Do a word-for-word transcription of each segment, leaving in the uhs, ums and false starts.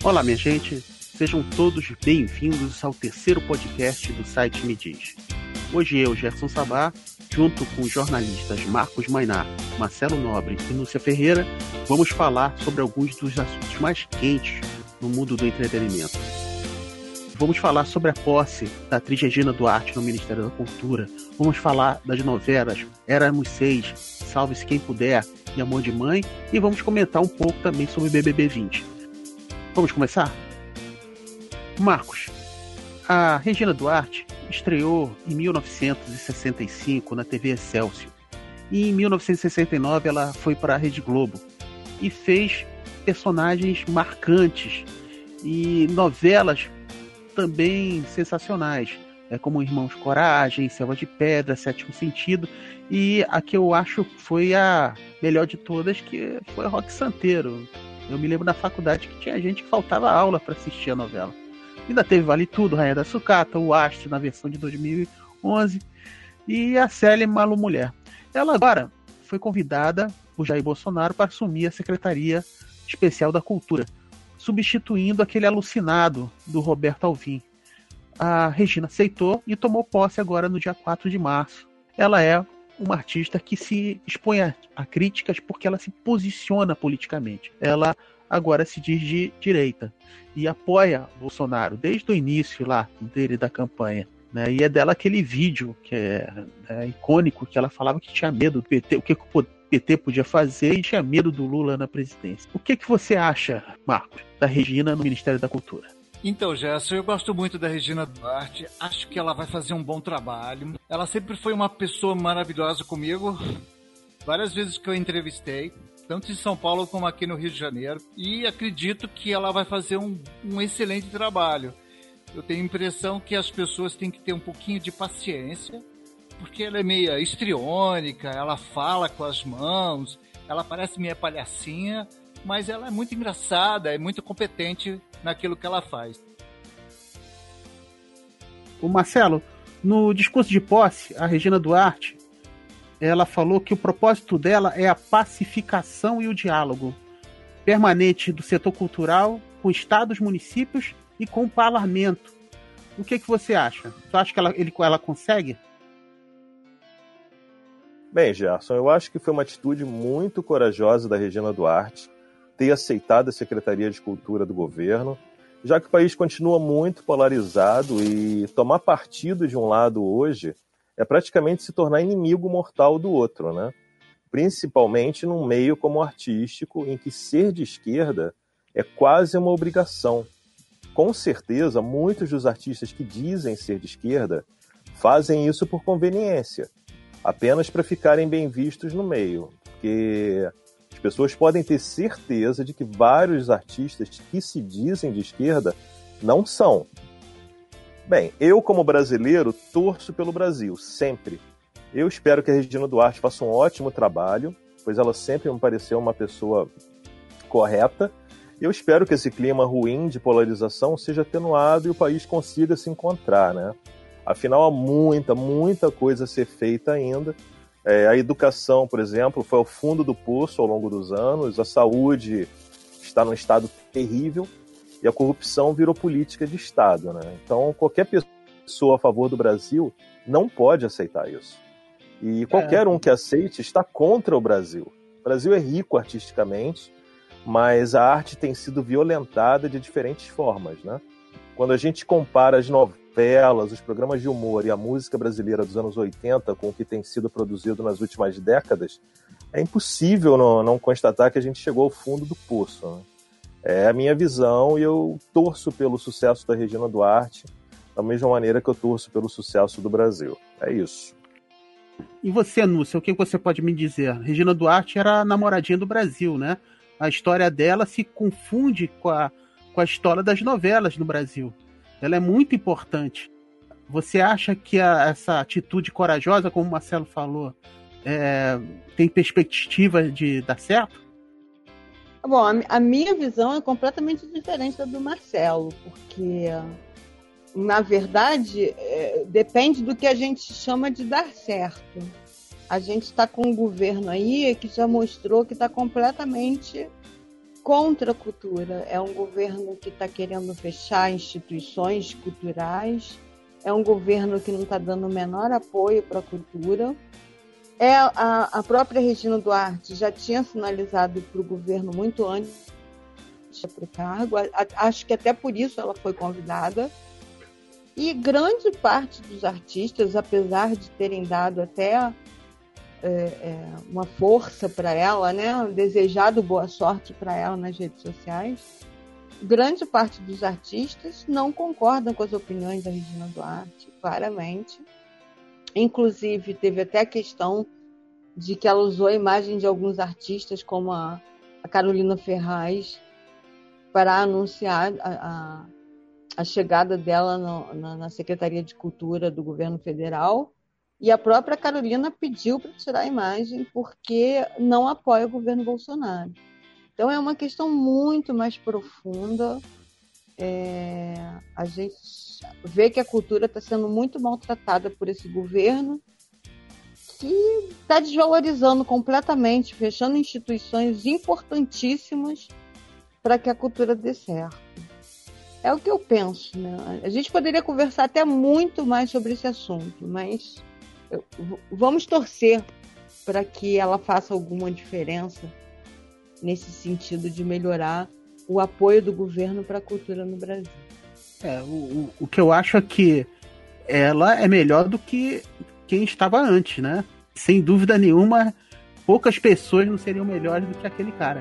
Olá, minha gente, sejam todos bem-vindos ao terceiro podcast do site Me Diz. Hoje eu, Gerson Sabá, junto com os jornalistas Marcos Mainá, Marcelo Nobre e Núcia Ferreira, vamos falar sobre alguns dos assuntos mais quentes no mundo do entretenimento. Vamos falar sobre a posse da atriz Regina Duarte no Ministério da Cultura. Vamos falar das novelas Éramos Seis, Salve-se Quem Puder e Amor de Mãe. E vamos comentar um pouco também sobre B B B vinte. Vamos começar? Marcos, a Regina Duarte estreou em mil novecentos e sessenta e cinco na T V Excelsior. E em mil novecentos e sessenta e nove ela foi para a Rede Globo e fez personagens marcantes e novelas também sensacionais, é, como Irmãos Coragem, Selva de Pedra, Sétimo Sentido, e a que eu acho foi a melhor de todas, que foi a Roque Santeiro. Eu me lembro da faculdade que tinha gente que faltava aula para assistir a novela. Ainda teve Vale Tudo, Rainha da Sucata, o Astro na versão de dois mil e onze e a Célia Malu Mulher. Ela agora foi convidada por Jair Bolsonaro para assumir a Secretaria Especial da Cultura, substituindo aquele alucinado do Roberto Alvim. A Regina aceitou e tomou posse agora no dia quatro de março. Ela é uma artista que se expõe a, a críticas porque ela se posiciona politicamente. Ela agora se diz de direita e apoia Bolsonaro desde o início lá dele da campanha, né? E é dela aquele vídeo que é, é icônico, que ela falava que tinha medo do P T, o que, que o P T podia fazer e tinha medo do Lula na presidência. O que, que você acha, Marcos, da Regina no Ministério da Cultura? Então, Gerson, eu gosto muito da Regina Duarte, acho que ela vai fazer um bom trabalho. Ela sempre foi uma pessoa maravilhosa comigo, várias vezes que eu entrevistei, tanto em São Paulo como aqui no Rio de Janeiro, e acredito que ela vai fazer um, um excelente trabalho. Eu tenho a impressão que as pessoas têm que ter um pouquinho de paciência, porque ela é meio histriônica, ela fala com as mãos, ela parece meio palhacinha, mas ela é muito engraçada, é muito competente naquilo que ela faz. O Marcelo, no discurso de posse, a Regina Duarte, ela falou que o propósito dela é a pacificação e o diálogo permanente do setor cultural com estados, municípios e com o parlamento. O que, que você acha? Você acha que ela, ele, ela consegue? Bem, Gerson, eu acho que foi uma atitude muito corajosa da Regina Duarte ter aceitado a Secretaria de Cultura do governo, já que o país continua muito polarizado e tomar partido de um lado hoje é praticamente se tornar inimigo mortal do outro, né? Principalmente num meio como o artístico, em que ser de esquerda é quase uma obrigação. Com certeza, muitos dos artistas que dizem ser de esquerda fazem isso por conveniência, apenas para ficarem bem vistos no meio, porque as pessoas podem ter certeza de que vários artistas que se dizem de esquerda não são. Bem, eu como brasileiro torço pelo Brasil, sempre. Eu espero que a Regina Duarte faça um ótimo trabalho, pois ela sempre me pareceu uma pessoa correta. Eu espero que esse clima ruim de polarização seja atenuado e o país consiga se encontrar, né? Afinal, há muita, muita coisa a ser feita ainda. É, a educação, por exemplo, foi ao fundo do poço ao longo dos anos, a saúde está num estado terrível e a corrupção virou política de Estado, né? Então, qualquer pessoa a favor do Brasil não pode aceitar isso. E qualquer é. um que aceite está contra o Brasil. O Brasil é rico artisticamente, mas a arte tem sido violentada de diferentes formas, né? Quando a gente compara as novelas, os programas de humor e a música brasileira dos anos oitenta com o que tem sido produzido nas últimas décadas, é impossível não, não constatar que a gente chegou ao fundo do poço, né? É a minha visão e eu torço pelo sucesso da Regina Duarte da mesma maneira que eu torço pelo sucesso do Brasil. É isso. E você, Núcia, o que você pode me dizer? Regina Duarte era a namoradinha do Brasil, né? A história dela se confunde com a com a história das novelas no Brasil. Ela é muito importante. Você acha que a, essa atitude corajosa, como o Marcelo falou, é, tem perspectiva de dar certo? Bom, a, a minha visão é completamente diferente da do Marcelo, porque, na verdade, é, depende do que a gente chama de dar certo. A gente está com um governo aí que já mostrou que está completamente contra a cultura, é um governo que está querendo fechar instituições culturais, é um governo que não está dando o menor apoio para a cultura. É, a, a própria Regina Duarte já tinha sinalizado para o governo muito antes para o cargo, a, a, acho que até por isso ela foi convidada. E grande parte dos artistas, apesar de terem dado até é, é, uma força para ela, né, desejado boa sorte para ela nas redes sociais, grande parte dos artistas não concordam com as opiniões da Regina Duarte, claramente. Inclusive, teve até a questão de que ela usou a imagem de alguns artistas, como a, a Carolina Ferraz, para anunciar a, a, a chegada dela no, na, na Secretaria de Cultura do governo federal. E a própria Carolina pediu para tirar a imagem porque não apoia o governo Bolsonaro. Então, é uma questão muito mais profunda. É, a gente vê que a cultura está sendo muito maltratada por esse governo, que está desvalorizando completamente, fechando instituições importantíssimas para que a cultura dê certo. É o que eu penso, né? A gente poderia conversar até muito mais sobre esse assunto, mas eu, vamos torcer para que ela faça alguma diferença nesse sentido de melhorar o apoio do governo para a cultura no Brasil. É, o, o, o que eu acho é que ela é melhor do que quem estava antes, né? Sem dúvida nenhuma, poucas pessoas não seriam melhores do que aquele cara.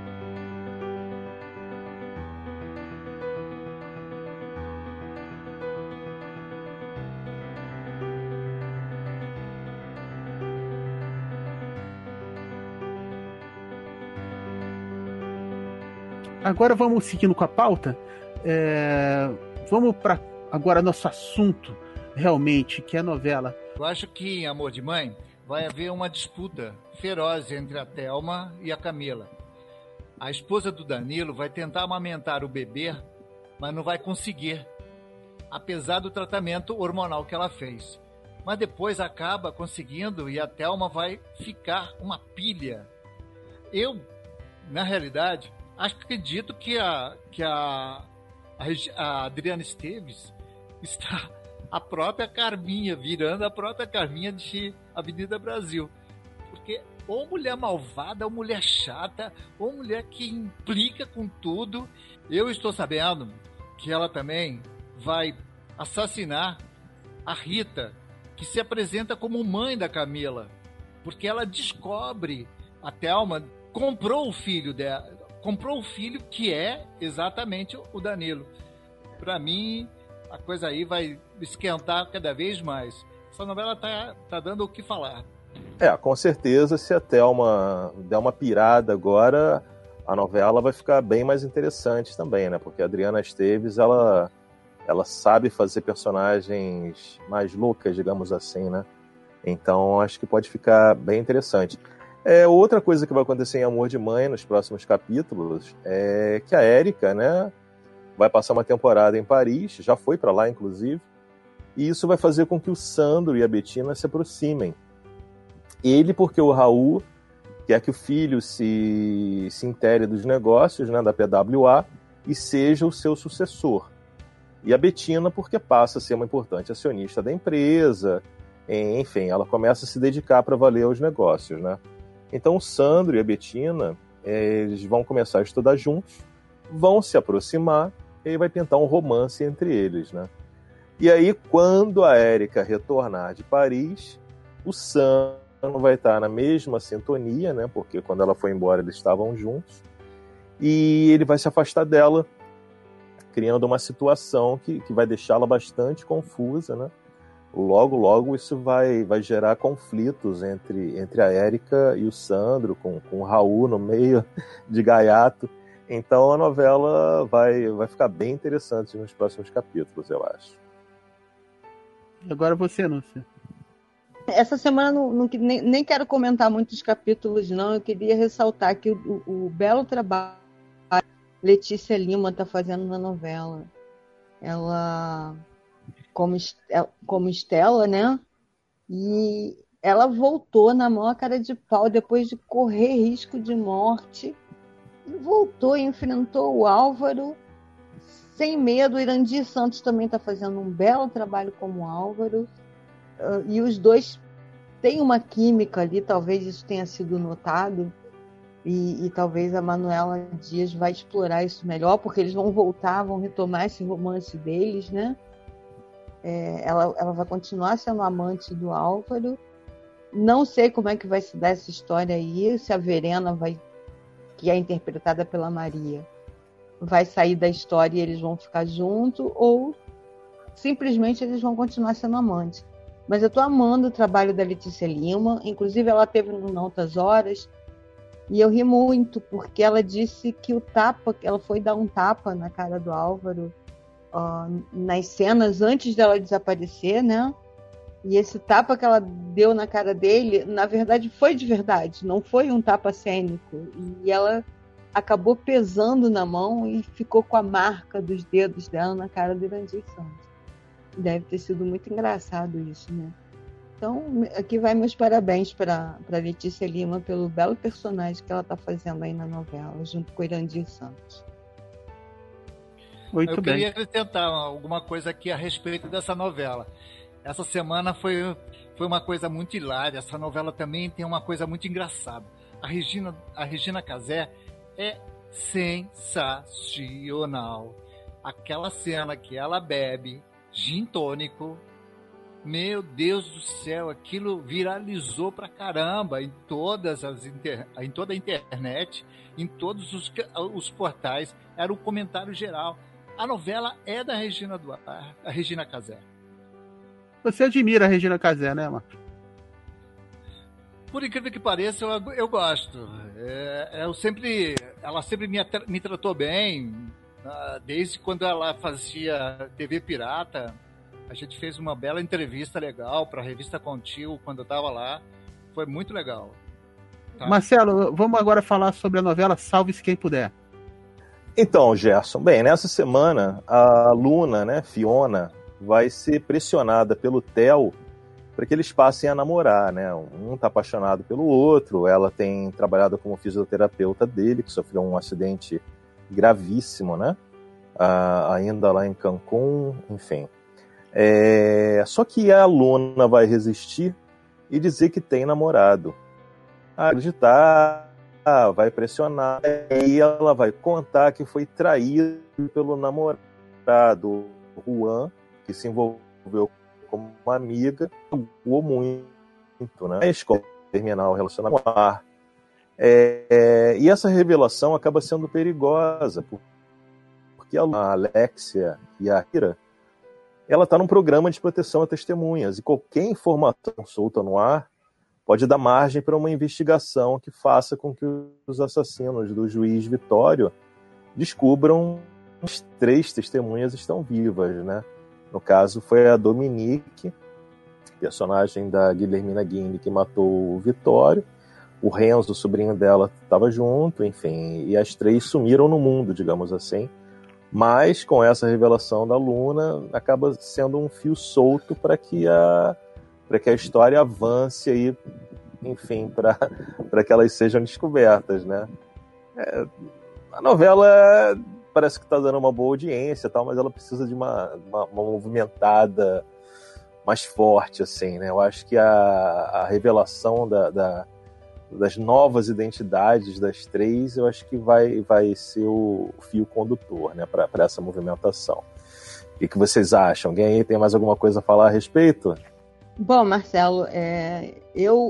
Agora vamos seguindo com a pauta. É... Vamos para agora nosso assunto, realmente, que é a novela. Eu acho que em Amor de Mãe vai haver uma disputa feroz entre a Thelma e a Camila. A esposa do Danilo vai tentar amamentar o bebê, mas não vai conseguir, apesar do tratamento hormonal que ela fez. Mas depois acaba conseguindo e a Thelma vai ficar uma pilha. Eu, na realidade, acredito que a, que a, a, a Adriana Esteves está a própria Carminha, virando a própria Carminha de Avenida Brasil. Porque ou mulher malvada, ou mulher chata, ou mulher que implica com tudo. Eu estou sabendo que ela também vai assassinar a Rita, que se apresenta como mãe da Camila. Porque ela descobre, a Thelma comprou o filho dela, comprou o filho que é exatamente o Danilo. Para mim, a coisa aí vai esquentar cada vez mais. Essa novela tá, tá dando o que falar. É, com certeza, se a Thelma der uma pirada agora, a novela vai ficar bem mais interessante também, né? Porque a Adriana Esteves, ela, ela sabe fazer personagens mais loucas, digamos assim, né? Então, acho que pode ficar bem interessante. É, outra coisa que vai acontecer em Amor de Mãe nos próximos capítulos é que a Érica, né, vai passar uma temporada em Paris, já foi para lá, inclusive, e isso vai fazer com que o Sandro e a Betina se aproximem. Ele, porque o Raul quer que o filho se, se intere dos negócios, né, da P W A e seja o seu sucessor. E a Betina, porque passa a ser uma importante acionista da empresa, enfim, ela começa a se dedicar para valer aos negócios, né? Então o Sandro e a Betina, eles vão começar a estudar juntos, vão se aproximar e aí vai pintar um romance entre eles, né? E aí, quando a Érica retornar de Paris, o Sandro vai estar na mesma sintonia, né? Porque quando ela foi embora eles estavam juntos, e ele vai se afastar dela, criando uma situação que, que vai deixá-la bastante confusa, né? Logo, logo isso vai, vai gerar conflitos entre, entre a Érica e o Sandro, com, com o Raul no meio de gaiato. Então a novela vai, vai ficar bem interessante nos próximos capítulos, eu acho. Agora você, Núcia. Essa semana não, não, nem, nem quero comentar muitos capítulos, não. Eu queria ressaltar que o, o, o belo trabalho que Letícia Lima está fazendo na novela. Ela... Como, como Estela, né? E ela voltou na maior cara de pau depois de correr risco de morte e voltou e enfrentou o Álvaro sem medo. O Irandir Santos também está fazendo um belo trabalho como Álvaro. Uh, e os dois têm uma química ali, talvez isso tenha sido notado. E, e talvez a Manuela Dias vai explorar isso melhor, porque eles vão voltar, vão retomar esse romance deles, né? É, ela, ela vai continuar sendo amante do Álvaro. Não sei como é que vai se dar essa história aí, se a Verena vai, que é interpretada pela Maria, vai sair da história e eles vão ficar juntos, ou simplesmente eles vão continuar sendo amantes. Mas eu tô amando o trabalho da Letícia Lima, inclusive ela teve no Nautas Horas, e eu ri muito, porque ela disse que o tapa, que ela foi dar um tapa na cara do Álvaro uh, nas cenas antes dela desaparecer, né? E esse tapa que ela deu na cara dele, na verdade, foi de verdade, não foi um tapa cênico. E ela acabou pesando na mão e ficou com a marca dos dedos dela na cara do Irandir Santos. Deve ter sido muito engraçado isso, né? Então, aqui vai meus parabéns para a Letícia Lima pelo belo personagem que ela está fazendo aí na novela, junto com o Irandir Santos. Muito Eu bem. queria acrescentar alguma coisa aqui a respeito dessa novela. Essa semana foi, foi uma coisa muito hilária. Essa novela também tem uma coisa muito engraçada. A Regina, a Regina Casé é sensacional. Aquela cena que ela bebe gin tônico, meu Deus do céu, aquilo viralizou pra caramba em todas as inter... em toda a internet, em todos os, os portais. Era o comentário geral. A novela é da Regina Duarte, a Regina Casé. Você admira a Regina Casé, né, Marcos? Por incrível que pareça, eu, eu gosto. É, eu sempre, ela sempre me, me tratou bem, desde quando ela fazia T V Pirata. A gente fez uma bela entrevista legal para a revista Contil quando eu estava lá. Foi muito legal. Tá? Marcelo, vamos agora falar sobre a novela Salve-se Quem Puder. Então, Gerson, bem, nessa semana a Luna, né, Fiona, vai ser pressionada pelo Theo para que eles passem a namorar, né? Um está apaixonado pelo outro, ela tem trabalhado como fisioterapeuta dele, que sofreu um acidente gravíssimo, né? Ah, ainda lá em Cancún, enfim. É... Só que a Luna vai resistir e dizer que tem namorado. Acreditar, vai pressionar, e ela vai contar que foi traída pelo namorado Juan, que se envolveu como uma amiga, jogou muito, né? A escola terminar o relacionamento com ar. É, é, e essa revelação acaba sendo perigosa, porque a Alexia e a Ira, ela está num programa de proteção a testemunhas, e qualquer informação solta no ar pode dar margem para uma investigação que faça com que os assassinos do juiz Vitório descubram que as três testemunhas estão vivas, né? No caso, foi a Dominique, personagem da Guilhermina Guindy, que matou o Vitório. O Renzo, o sobrinho dela, estava junto, enfim. E as três sumiram no mundo, digamos assim. Mas, com essa revelação da Luna, acaba sendo um fio solto para que a, para que a história avance aí, enfim, para que elas sejam descobertas, né? É, a novela parece que está dando uma boa audiência, tal, mas ela precisa de uma, uma, uma movimentada mais forte, assim, né? Eu acho que a, a revelação da, da, das novas identidades das três, eu acho que vai, vai ser o fio condutor, né, para essa movimentação. O que, que vocês acham? Alguém aí tem mais alguma coisa a falar a respeito? Bom, Marcelo, é, eu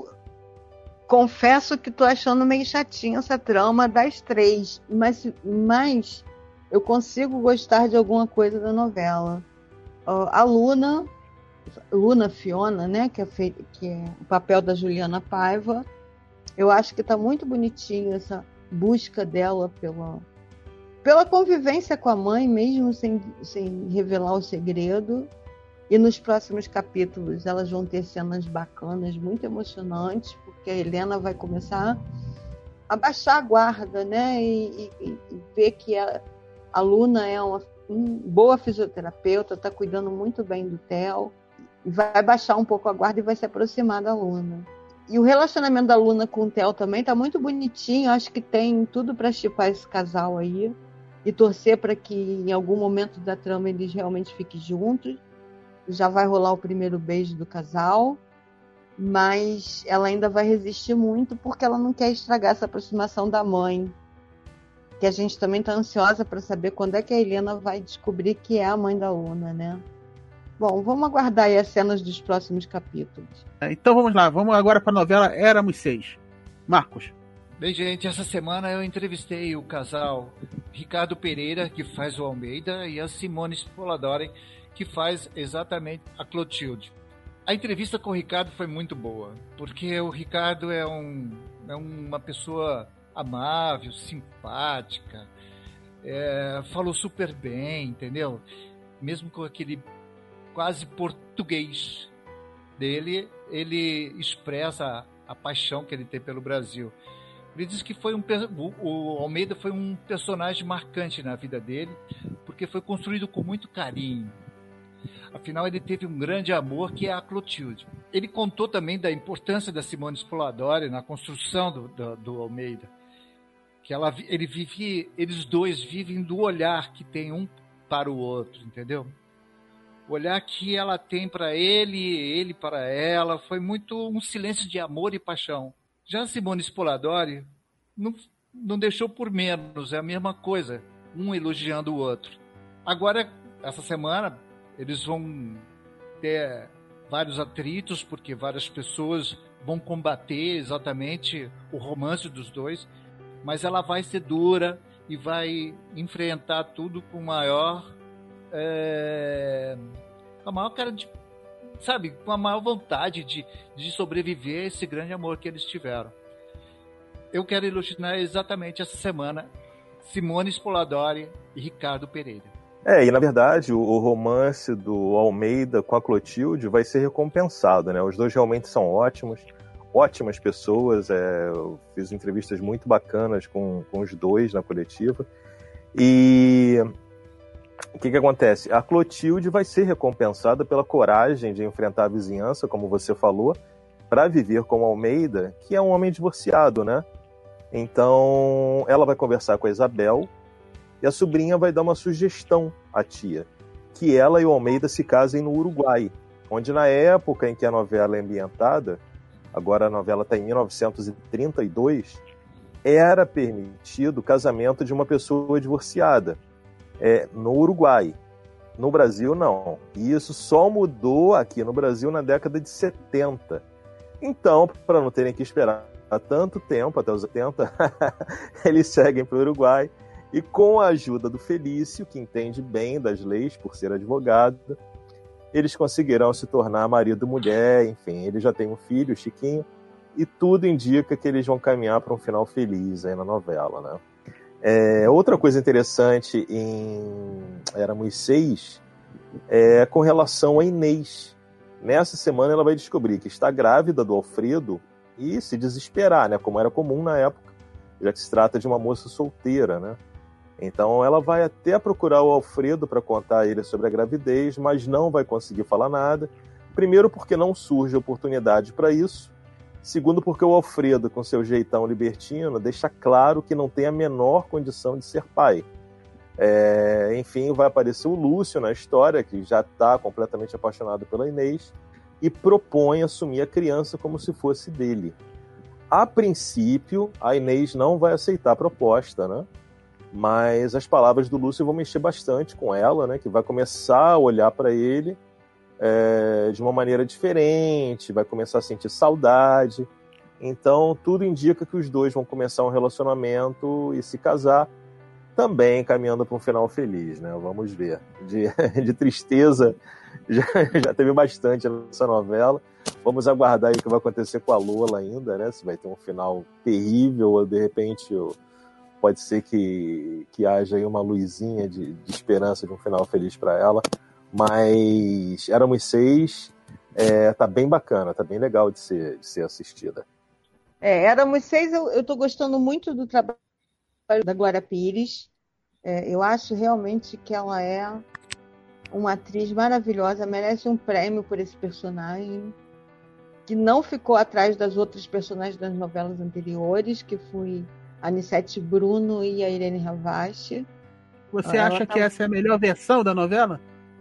confesso que estou achando meio chatinha essa trama das três, mas, mas eu consigo gostar de alguma coisa da novela. Uh, a Luna, Luna Fiona, né, que é, feita, que é o papel da Juliana Paiva, eu acho que está muito bonitinho essa busca dela pela, pela convivência com a mãe, mesmo sem, sem revelar o segredo. E nos próximos capítulos elas vão ter cenas bacanas, muito emocionantes, porque a Helena vai começar a baixar a guarda, né, e, e, e ver que a, a Luna é uma um, boa fisioterapeuta, está cuidando muito bem do Theo, e vai baixar um pouco a guarda e vai se aproximar da Luna. E o relacionamento da Luna com o Theo também tá muito bonitinho. Acho que tem tudo para shippar esse casal aí. E torcer para que em algum momento da trama eles realmente fiquem juntos. Já vai rolar o primeiro beijo do casal. Mas ela ainda vai resistir muito porque ela não quer estragar essa aproximação da mãe. Que a gente também tá ansiosa para saber quando é que a Helena vai descobrir que é a mãe da Luna, né? Bom, vamos aguardar aí as cenas dos próximos capítulos. Então vamos lá, vamos agora para a novela Éramos Seis. Marcos. Bem, gente, essa semana eu entrevistei o casal Ricardo Pereira, que faz o Almeida, e a Simone Spoladori, que faz exatamente a Clotilde. A entrevista com o Ricardo foi muito boa, porque o Ricardo é, um, é uma pessoa amável, simpática, é, falou super bem, entendeu? Mesmo com aquele quase português dele, ele expressa a paixão que ele tem pelo Brasil. Ele diz que foi um, o Almeida foi um personagem marcante na vida dele, porque foi construído com muito carinho. Afinal, ele teve um grande amor, que é a Clotilde. Ele contou também da importância da Simone Spoladori na construção do, do, do Almeida. Que ela, ele vive, eles dois vivem do olhar que tem um para o outro, entendeu? O olhar que ela tem para ele, ele para ela, foi muito um silêncio de amor e paixão. Já a Simone Spoladori não, não deixou por menos, é a mesma coisa, um elogiando o outro. Agora, essa semana, eles vão ter vários atritos, porque várias pessoas vão combater exatamente o romance dos dois, mas ela vai ser dura e vai enfrentar tudo com maior... É, com a maior cara de... Sabe, com a maior vontade de, de sobreviver a esse grande amor que eles tiveram. Eu quero elogiar exatamente essa semana Simone Spoladori e Ricardo Pereira. É, e na verdade o, o romance do Almeida com a Clotilde vai ser recompensado, né? Os dois realmente são ótimos, ótimas pessoas, é, eu fiz entrevistas muito bacanas com, com os dois na coletiva. E o que que acontece? A Clotilde vai ser recompensada pela coragem de enfrentar a vizinhança, como você falou, para viver com o Almeida, que é um homem divorciado, né? Então, ela vai conversar com a Isabel e a sobrinha vai dar uma sugestão à tia, que ela e o Almeida se casem no Uruguai, onde na época em que a novela é ambientada, agora a novela está em mil novecentos e trinta e dois, era permitido o casamento de uma pessoa divorciada. É, no Uruguai. No Brasil, não. E isso só mudou aqui no Brasil na década de setenta. Então, para não terem que esperar tanto tempo, até os oitenta, eles seguem para o Uruguai e, com a ajuda do Felício, que entende bem das leis por ser advogado, eles conseguirão se tornar marido e mulher, enfim, ele já tem um filho, o Chiquinho, e tudo indica que eles vão caminhar para um final feliz aí na novela, né? É, outra coisa interessante em Éramos Seis é com relação a Inês. Nessa semana ela vai descobrir que está grávida do Alfredo e se desesperar, né? Como era comum na época, já que se trata de uma moça solteira, né? Então ela vai até procurar o Alfredo para contar a ele sobre a gravidez, mas não vai conseguir falar nada. Primeiro porque não surge oportunidade para isso. Segundo, porque o Alfredo, com seu jeitão libertino, deixa claro que não tem a menor condição de ser pai. É, enfim, vai aparecer o Lúcio na história, que já está completamente apaixonado pela Inês, e propõe assumir a criança como se fosse dele. A princípio, a Inês não vai aceitar a proposta, né? Mas as palavras do Lúcio vão mexer bastante com ela, né? Que vai começar a olhar para ele É, de uma maneira diferente, vai começar a sentir saudade. Então tudo indica que os dois vão começar um relacionamento e se casar, também caminhando para um final feliz, né? Vamos ver. De, de tristeza já, já teve bastante nessa novela. Vamos aguardar aí o que vai acontecer com a Lola ainda, né? Se vai ter um final terrível ou de repente pode ser que, que haja aí uma luzinha de, de esperança de um final feliz para ela. Mas Éramos Seis, é, tá bem bacana, tá bem legal de ser, de ser assistida. É, Éramos Seis, eu, eu tô gostando muito do trabalho da Glória Pires. É, eu acho realmente que ela é uma atriz maravilhosa, merece um prêmio por esse personagem. que não ficou atrás das outras personagens das novelas anteriores, que foi a Anissete Bruno e a Irene Ravache. Você Ela acha tá... que essa é a melhor versão da novela?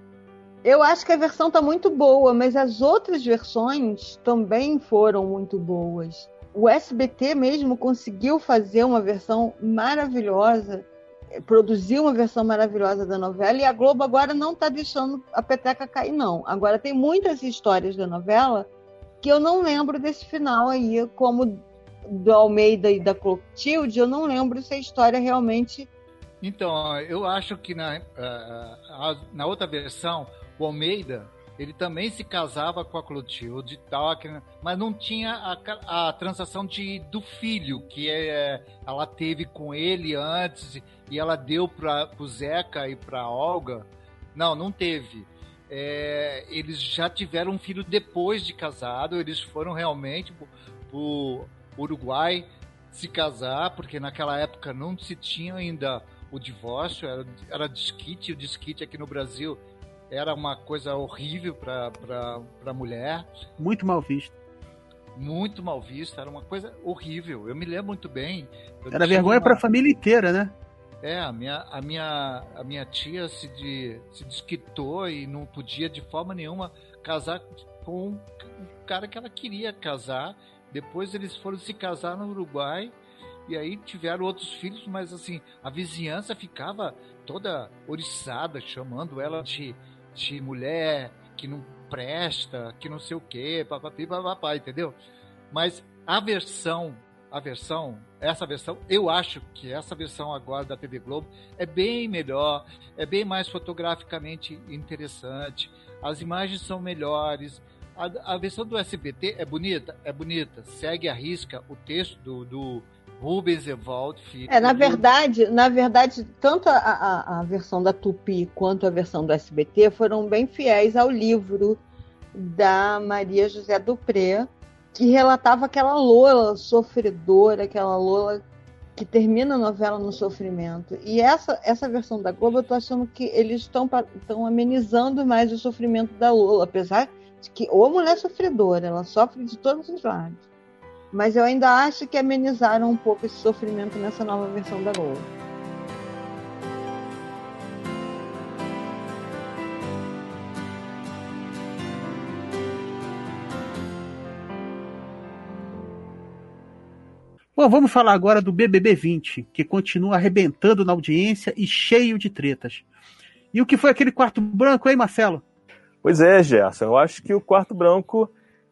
Eu acho que a versão está muito boa, mas as outras versões também foram muito boas. O S B T mesmo conseguiu fazer uma versão maravilhosa, produziu uma versão maravilhosa da novela, e a Globo agora não está deixando a peteca cair, não. Agora tem muitas histórias da novela que eu não lembro desse final aí, como do Almeida e da Clotilde, eu não lembro se a história realmente... Então, eu acho que na, na outra versão, o Almeida, ele também se casava com a Clotilde e tal, mas não tinha a, a transação de, do filho, que é, ela teve com ele antes e ela deu para o Zeca e para a Olga. Não, não teve. É, eles já tiveram um filho depois de casado, eles foram realmente para o Uruguai se casar, porque naquela época não se tinha ainda o divórcio, era, era disquite, o disquite aqui no Brasil era uma coisa horrível para a mulher. Muito mal visto. Muito mal visto, era uma coisa horrível. Eu me lembro muito bem. Era vergonha uma... para a família inteira, né? É, a minha, a minha, a minha tia se, de, se desquitou e não podia de forma nenhuma casar com o cara que ela queria casar. Depois eles foram se casar no Uruguai e aí tiveram outros filhos, mas assim, a vizinhança ficava toda oriçada, chamando ela de, de mulher que não presta, que não sei o quê, papapi, papapá, entendeu? Mas a versão, a versão, essa versão, eu acho que essa versão agora da T V Globo é bem melhor, é bem mais fotograficamente interessante, as imagens são melhores, a, a versão do S B T é bonita, é bonita, segue à risca o texto do, do Rubens Evaldo Filho. É, na verdade, na verdade, tanto a, a, a versão da Tupi quanto a versão do S B T foram bem fiéis ao livro da Maria José Dupré, que relatava aquela Lola sofredora, aquela Lola que termina a novela no sofrimento. E essa, essa versão da Globo, eu tô achando que eles estão amenizando mais o sofrimento da Lola, apesar de que, ô mulher sofredora, ela sofre de todos os lados. Mas eu ainda acho que amenizaram um pouco esse sofrimento nessa nova versão da Globo. Bom, vamos falar agora do B B B vinte, que continua arrebentando na audiência e cheio de tretas. E o que foi aquele quarto branco, hein, Marcelo? Pois é, Gerson, eu acho que o quarto branco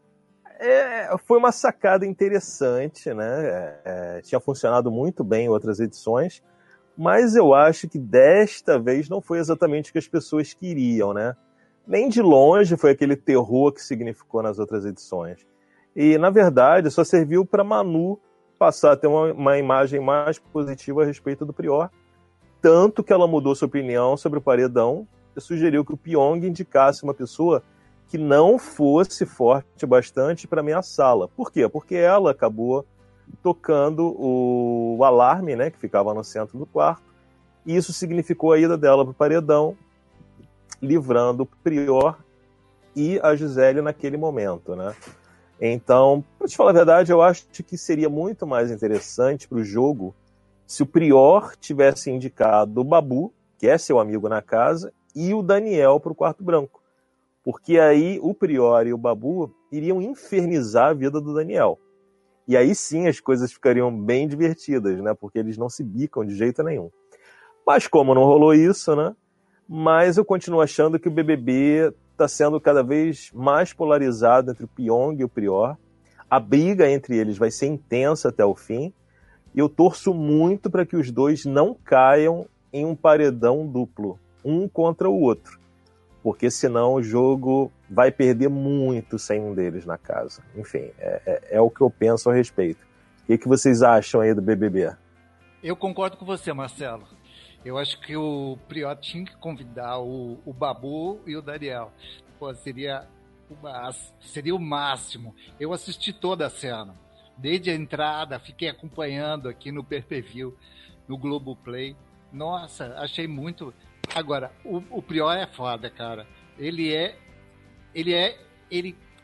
É, foi uma sacada interessante, né? É, é, tinha funcionado muito bem em outras edições, mas eu acho que desta vez não foi exatamente o que as pessoas queriam, né? Nem de longe foi aquele terror que significou nas outras edições. E, na verdade, só serviu para Manu passar a ter uma, uma imagem mais positiva a respeito do Prior, tanto que ela mudou sua opinião sobre o paredão e sugeriu que o Pyong indicasse uma pessoa que não fosse forte bastante para ameaçá-la. Por quê? Porque ela acabou tocando o, o alarme, né, que ficava no centro do quarto, e isso significou a ida dela para o paredão, livrando o Prior e a Gisele naquele momento, né? Então, para te falar a verdade, eu acho que seria muito mais interessante para o jogo se o Prior tivesse indicado o Babu, que é seu amigo na casa, e o Daniel para o quarto branco. Porque aí o Prior e o Babu iriam infernizar a vida do Daniel. E aí sim as coisas ficariam bem divertidas, né? Porque eles não se bicam de jeito nenhum. Mas como não rolou isso, né? Mas eu continuo achando que o B B B está sendo cada vez mais polarizado entre o Pyong e o Prior. A briga entre eles vai ser intensa até o fim. E eu torço muito para que os dois não caiam em um paredão duplo, um contra o outro. Porque senão o jogo vai perder muito sem um deles na casa. Enfim, é, é, é o que eu penso a respeito. O que, que vocês acham aí do B B B? Eu concordo com você, Marcelo. Eu acho que o Prior tinha que convidar o, o Babu e o Daniel. Pô, seria, uma, seria o máximo. Eu assisti toda a cena. Desde a entrada, fiquei acompanhando aqui no pay-per-view, no Globoplay. Nossa, achei muito... Agora, o, o Prior é foda, cara. Ele é... Ele é... Ele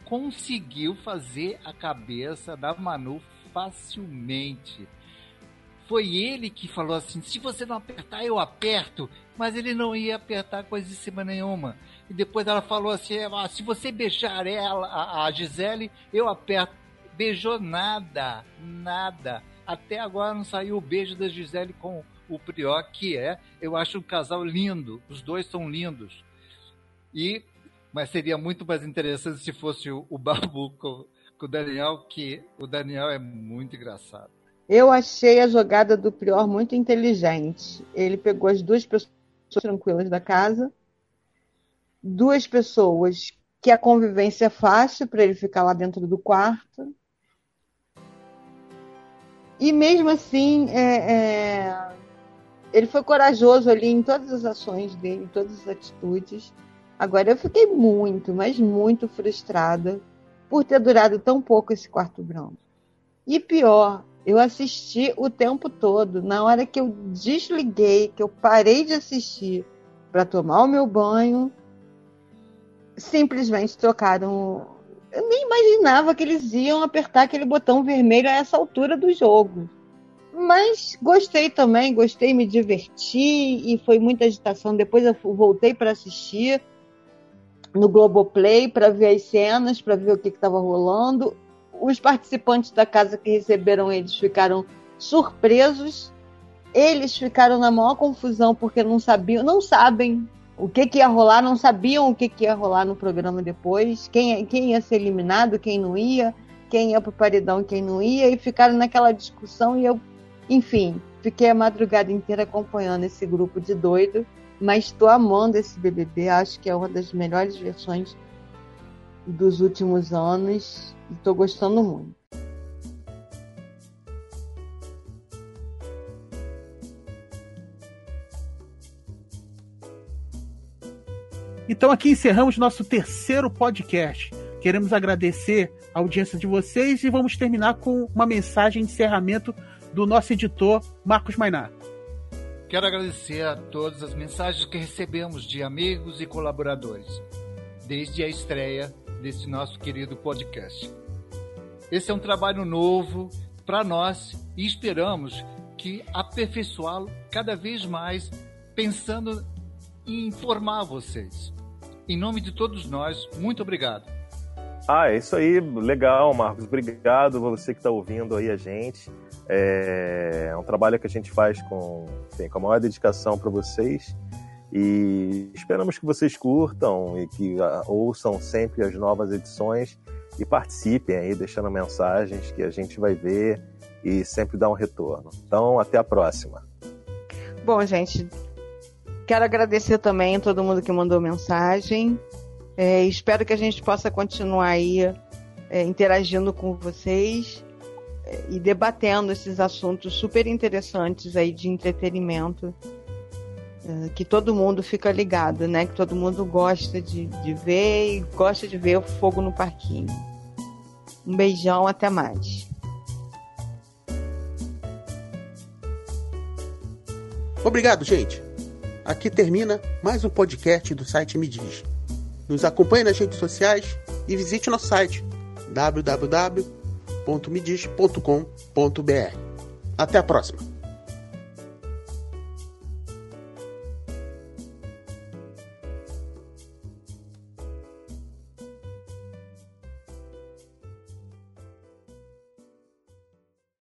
conseguiu fazer a cabeça da Manu facilmente. Foi ele que falou assim, se você não apertar, eu aperto. Mas ele não ia apertar coisíssima nenhuma. E depois ela falou assim, ah, se você beijar ela, a, a Gisele, eu aperto. Beijou nada, nada. Até agora não saiu o beijo da Gisele com o Prior, que é, eu acho um casal lindo. Os dois são lindos. E, mas seria muito mais interessante se fosse o, o Babu com, com o Daniel, que o Daniel é muito engraçado. Eu achei a jogada do Prior muito inteligente. Ele pegou as duas pessoas tranquilas da casa, duas pessoas que a convivência é fácil para ele ficar lá dentro do quarto. E mesmo assim, é, é, ele foi corajoso ali em todas as ações dele, em todas as atitudes. Agora, eu fiquei muito, mas muito frustrada por ter durado tão pouco esse quarto branco. E pior, eu assisti o tempo todo. Na hora que eu desliguei, que eu parei de assistir para tomar o meu banho, simplesmente trocaram. Eu nem imaginava que eles iam apertar aquele botão vermelho a essa altura do jogo. Mas gostei também, gostei, me diverti e foi muita agitação. Depois eu voltei para assistir no Globoplay para ver as cenas, para ver o que estava rolando. Os participantes da casa que receberam eles ficaram surpresos. Eles ficaram na maior confusão porque não sabiam, não sabem o que, que ia rolar, não sabiam o que, que ia rolar no programa depois, quem, quem ia ser eliminado, quem não ia, quem ia pro paredão, quem não ia, e ficaram naquela discussão e eu, enfim, fiquei a madrugada inteira acompanhando esse grupo de doido, mas estou amando esse B B B, acho que é uma das melhores versões dos últimos anos e estou gostando muito. Então aqui encerramos nosso terceiro podcast. Queremos agradecer a audiência de vocês e vamos terminar com uma mensagem de encerramento do nosso editor, Marcos Mainar. Quero agradecer a todas as mensagens que recebemos de amigos e colaboradores, desde a estreia desse nosso querido podcast. Esse é um trabalho novo para nós e esperamos que aperfeiçoá-lo cada vez mais, pensando em informar vocês. Em nome de todos nós, muito obrigado. Ah, é isso aí, legal, Marcos. Obrigado a você que está ouvindo aí a gente. É um trabalho que a gente faz com, enfim, com a maior dedicação para vocês e esperamos que vocês curtam e que uh, ouçam sempre as novas edições e participem aí, deixando mensagens que a gente vai ver e sempre dar um retorno. Então, até a próxima. Bom, gente, quero agradecer também a todo mundo que mandou mensagem. É, espero que a gente possa continuar aí é, interagindo com vocês é, e debatendo esses assuntos super interessantes aí de entretenimento, é, que todo mundo fica ligado, né? Que todo mundo gosta de, de ver e gosta de ver o fogo no parquinho. Um beijão, até mais. Obrigado, gente. Aqui termina mais um podcast do site Me Diz. Nos acompanhe nas redes sociais e visite o nosso site w w w ponto me diz ponto com ponto b r. Até a próxima!